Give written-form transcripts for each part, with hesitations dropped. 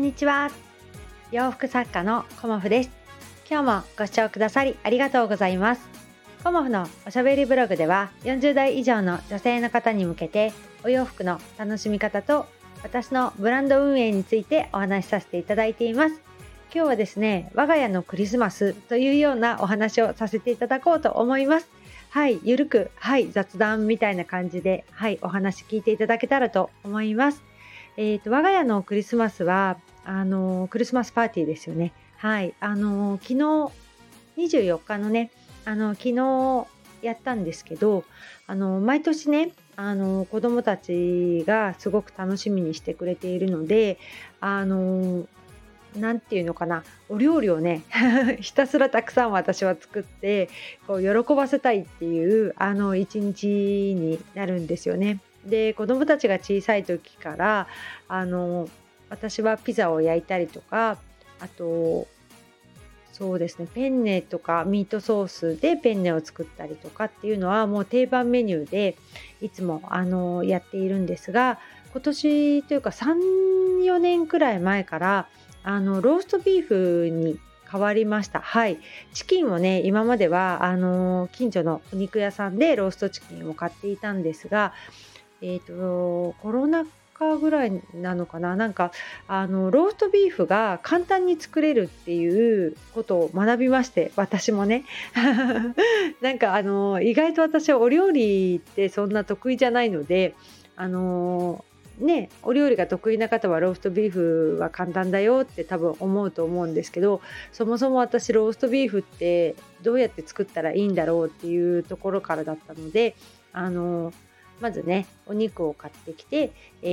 にちは。洋服作家のコモフです。今日もご視聴くださりありがとうございます。コモフのおしゃべりブログでは40代以上の女性の方に向けてお洋服の楽しみ方と私のブランド運営についてお話しさせていただいています。今日はですね、我が家のクリスマスというようなお話をさせていただこうと思います。ゆるく、雑談みたいな感じで、お話聞いていただけたらと思います。我が家のクリスマスはクリスマスパーティーですよね。昨日24日のね、昨日やったんですけど、毎年ね、子供たちがすごく楽しみにしてくれているので、なんていうのかな、お料理をねひたすらたくさん私は作ってこう喜ばせたいっていう一日になるんですよね。で、子供たちが小さい時から私はピザを焼いたりとか、あとそうですね、ペンネとかミートソースでペンネを作ったりとかっていうのはもう定番メニューでいつもやっているんですが、今年というか3、4年くらい前からローストビーフに変わりました。チキンをね、今までは近所のお肉屋さんでローストチキンを買っていたんですが、コロナ禍ぐらいなのかな、なんかローストビーフが簡単に作れるっていうことを学びまして、私もねなんか意外と私はお料理ってそんな得意じゃないので、お料理が得意な方はローストビーフは簡単だよって多分思うと思うんですけど、そもそも私ローストビーフってどうやって作ったらいいんだろうっていうところからだったので、まずね、お肉を買ってきて、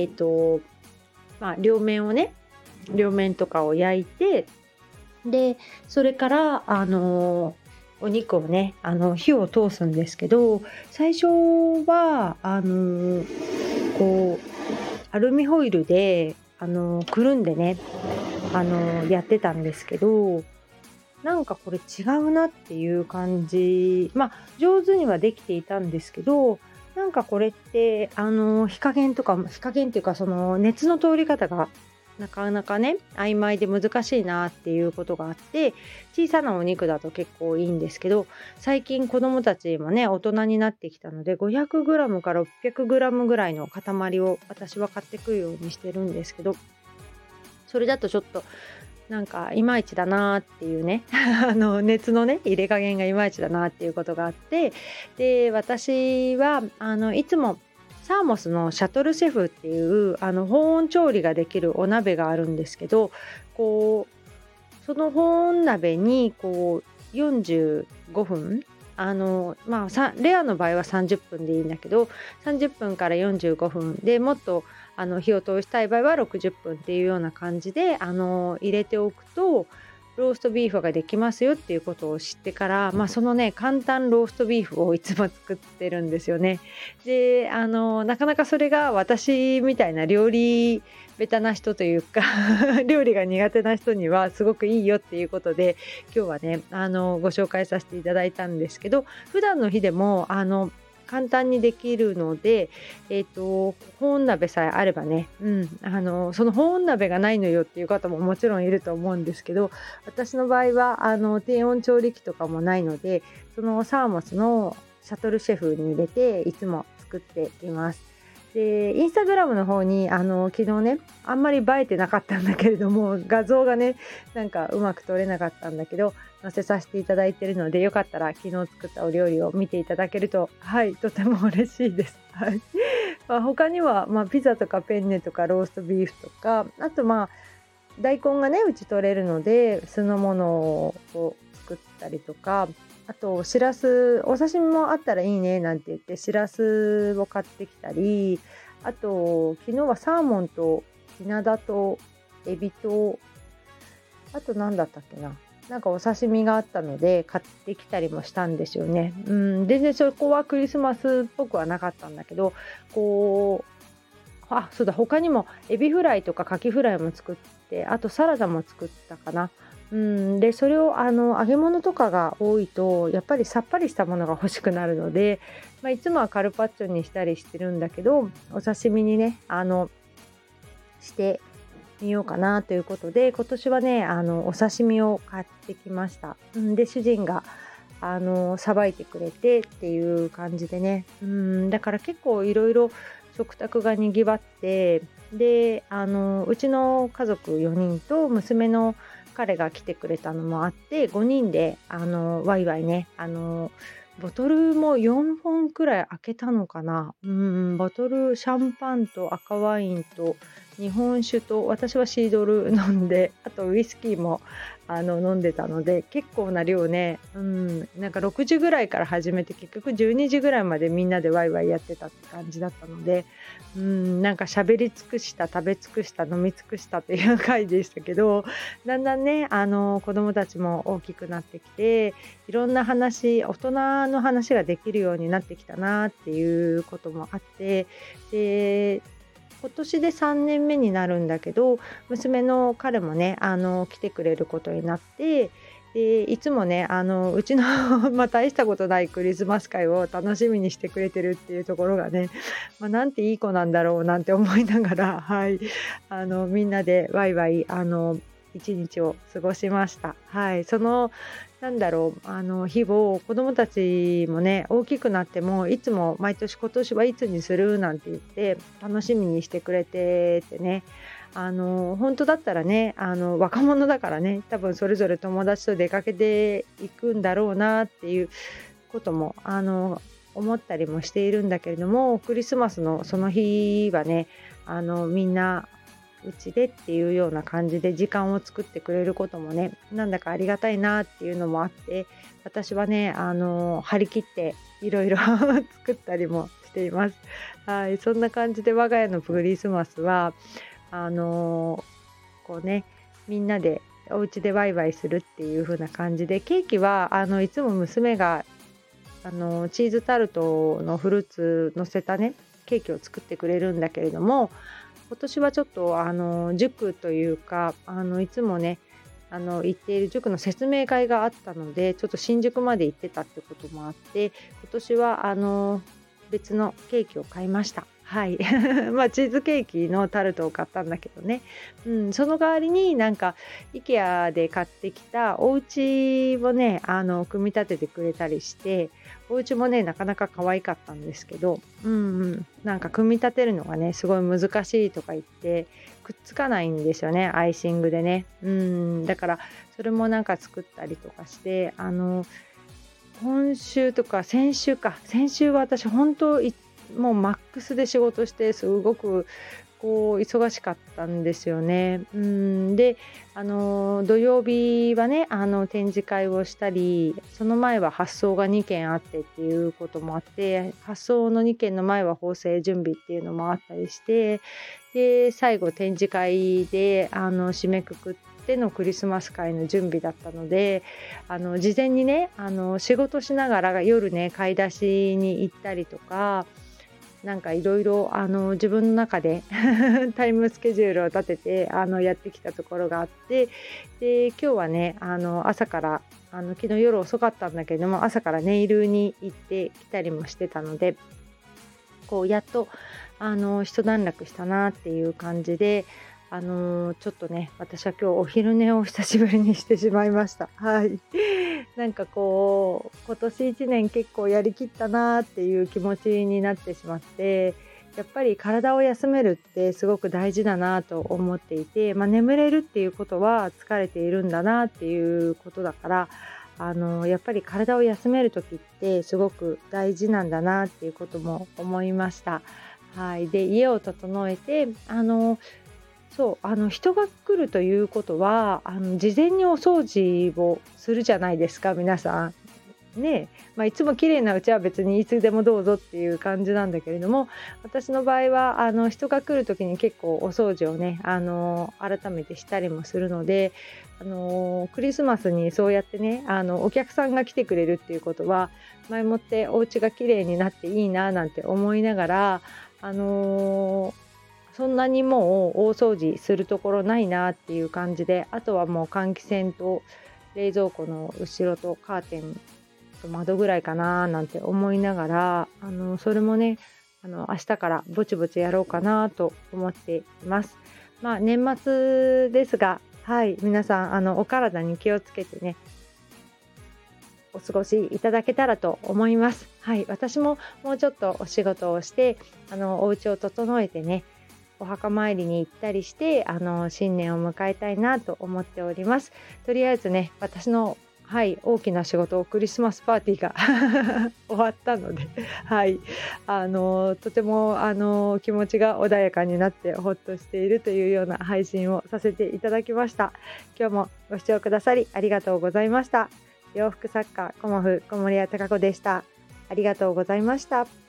両面をね、両面とかを焼いて、でそれからお肉をね、火を通すんですけど、最初はこうアルミホイルでくるんでね、やってたんですけど、なんかこれ違うなっていう感じ、上手にはできていたんですけど、なんかこれって火加減っていうか、その熱の通り方がなかなかね曖昧で難しいなっていうことがあって、小さなお肉だと結構いいんですけど、最近子どもたちもね大人になってきたので 500g から 600g ぐらいの塊を私は買ってくるようにしてるんですけど、それだとちょっとなんかいまいちだなっていうね熱のね入れ加減がいまいちだなっていうことがあって、で私はいつもサーモスのシャトルシェフっていう保温調理ができるお鍋があるんですけど、その保温鍋に45分、レアの場合は30分でいいんだけど、30分から45分で、もっと火を通したい場合は60分っていうような感じで入れておくとローストビーフができますよっていうことを知ってから、そのね簡単ローストビーフをいつも作ってるんですよね。でなかなかそれが私みたいな料理ベタな人というか料理が苦手な人にはすごくいいよっていうことで、今日はねご紹介させていただいたんですけど、普段の日でも簡単にできるので、保温鍋さえあればね、その保温鍋がないのよっていう方ももちろんいると思うんですけど、私の場合は低温調理器とかもないので、そのサーモスのシャトルシェフに入れていつも作っています。でインスタグラムの方に昨日ねあんまり映えてなかったんだけれども、画像がねなんかうまく撮れなかったんだけど載せさせていただいているので、よかったら昨日作ったお料理を見ていただけるととても嬉しいです。他には、ピザとかペンネとかローストビーフとか、あと大根がねうち取れるので酢の物を作ったりとか、あとしらすお刺身もあったらいいねなんて言ってしらすを買ってきたり、あと昨日はサーモンとひなだとエビと、あと何だったっけな、なんかお刺身があったので買ってきたりもしたんですよね。全然そこはクリスマスっぽくはなかったんだけど、そうだ、他にもエビフライとかカキフライも作って、あとサラダも作ったかな。でそれを揚げ物とかが多いとやっぱりさっぱりしたものが欲しくなるので、いつもはカルパッチョにしたりしてるんだけど、お刺身にねしてみようかなということで、今年はねお刺身を買ってきました。で主人がさばいてくれてっていう感じでね、だから結構いろいろ食卓がにぎわって、でうちの家族4人と娘の彼が来てくれたのもあって、5人でワイワイねボトルも4本くらい開けたのかな。ボトルシャンパンと赤ワインと日本酒と、私はシードル飲んで、あとウイスキーも飲んでたので、結構な量ね、なんか6時ぐらいから始めて結局12時ぐらいまでみんなでワイワイやってたって感じだったので、なんか喋り尽くした食べ尽くした飲み尽くしたという回でしたけど、だんだんね子供たちも大きくなってきて、いろんな話、大人の話ができるようになってきたなっていうこともあって、で今年で3年目になるんだけど、娘の彼もね来てくれることになって、でいつもねうちの大したことないクリスマス会を楽しみにしてくれてるっていうところがね、なんていい子なんだろうなんて思いながら、はい、みんなでワイワイ一日を過ごしました。はい、その日を子どもたちもね大きくなっても、いつも毎年今年はいつにするなんて言って楽しみにしてくれててね、本当だったらね若者だからね、多分それぞれ友達と出かけていくんだろうなっていうことも思ったりもしているんだけれども、クリスマスのその日はねみんなうちでっていうような感じで時間を作ってくれることもね、なんだかありがたいなっていうのもあって、私はね張り切っていろいろ作ったりもしています。はい、そんな感じで我が家のクリスマスはこうね、みんなでお家でワイワイするっていう風な感じで、ケーキはいつも娘がチーズタルトのフルーツ乗せたねケーキを作ってくれるんだけれども、今年はちょっと塾というかいつもね行っている塾の説明会があったので、ちょっと新宿まで行ってたってこともあって、今年は別のケーキを買いました。はい。チーズケーキのタルトを買ったんだけどね。その代わりになんか IKEA で買ってきたお家をね、組み立ててくれたりして、お家もね、なかなか可愛かったんですけど、なんか組み立てるのがね、すごい難しいとか言って、くっつかないんですよね、アイシングでね。だからそれもなんか作ったりとかして、今週とか先週は私本当もうマックスで仕事してすごくこう忙しかったんですよね。で土曜日はね展示会をしたり、その前は発送が2件あってっていうこともあって、発送の2件の前は縫製準備っていうのもあったりして、で最後展示会で締めくくってのクリスマス会の準備だったので、事前にね仕事しながら夜ね買い出しに行ったりとか、なんかいろいろ自分の中でタイムスケジュールを立ててやってきたところがあって、で今日はね朝から昨日夜遅かったんだけども、朝からネイルに行ってきたりもしてたので、こうやっと一段落したなっていう感じで、ちょっとね私は今日お昼寝を久しぶりにしてしまいました。はい。なんかこう今年1年結構やりきったなっていう気持ちになってしまって、やっぱり体を休めるってすごく大事だなと思っていて、眠れるっていうことは疲れているんだなっていうことだから、やっぱり体を休める時ってすごく大事なんだなっていうことも思いました。はい。で家を整えて人が来るということは事前にお掃除をするじゃないですか、皆さん。ねいつも綺麗なうちは別にいつでもどうぞっていう感じなんだけれども、私の場合は人が来る時に結構お掃除をね改めてしたりもするので、クリスマスにそうやってねお客さんが来てくれるっていうことは、前もってお家が綺麗になっていいななんて思いながら、そんなにもう大掃除するところないなっていう感じで、あとはもう換気扇と冷蔵庫の後ろとカーテンと窓ぐらいかななんて思いながら、それもね明日からぼちぼちやろうかなと思っています。 年末ですが、はい、皆さんお体に気をつけてね、お過ごしいただけたらと思います。はい、私ももうちょっとお仕事をして、お家を整えてね、お墓参りに行ったりして、新年を迎えたいなと思っております。とりあえずね、私の、はい、大きな仕事、クリスマスパーティーが終わったので、はい、とても、気持ちが穏やかになってほっとしているというような配信をさせていただきました。今日もご視聴くださりありがとうございました。洋服作家コモフ小森屋貴子でした。ありがとうございました。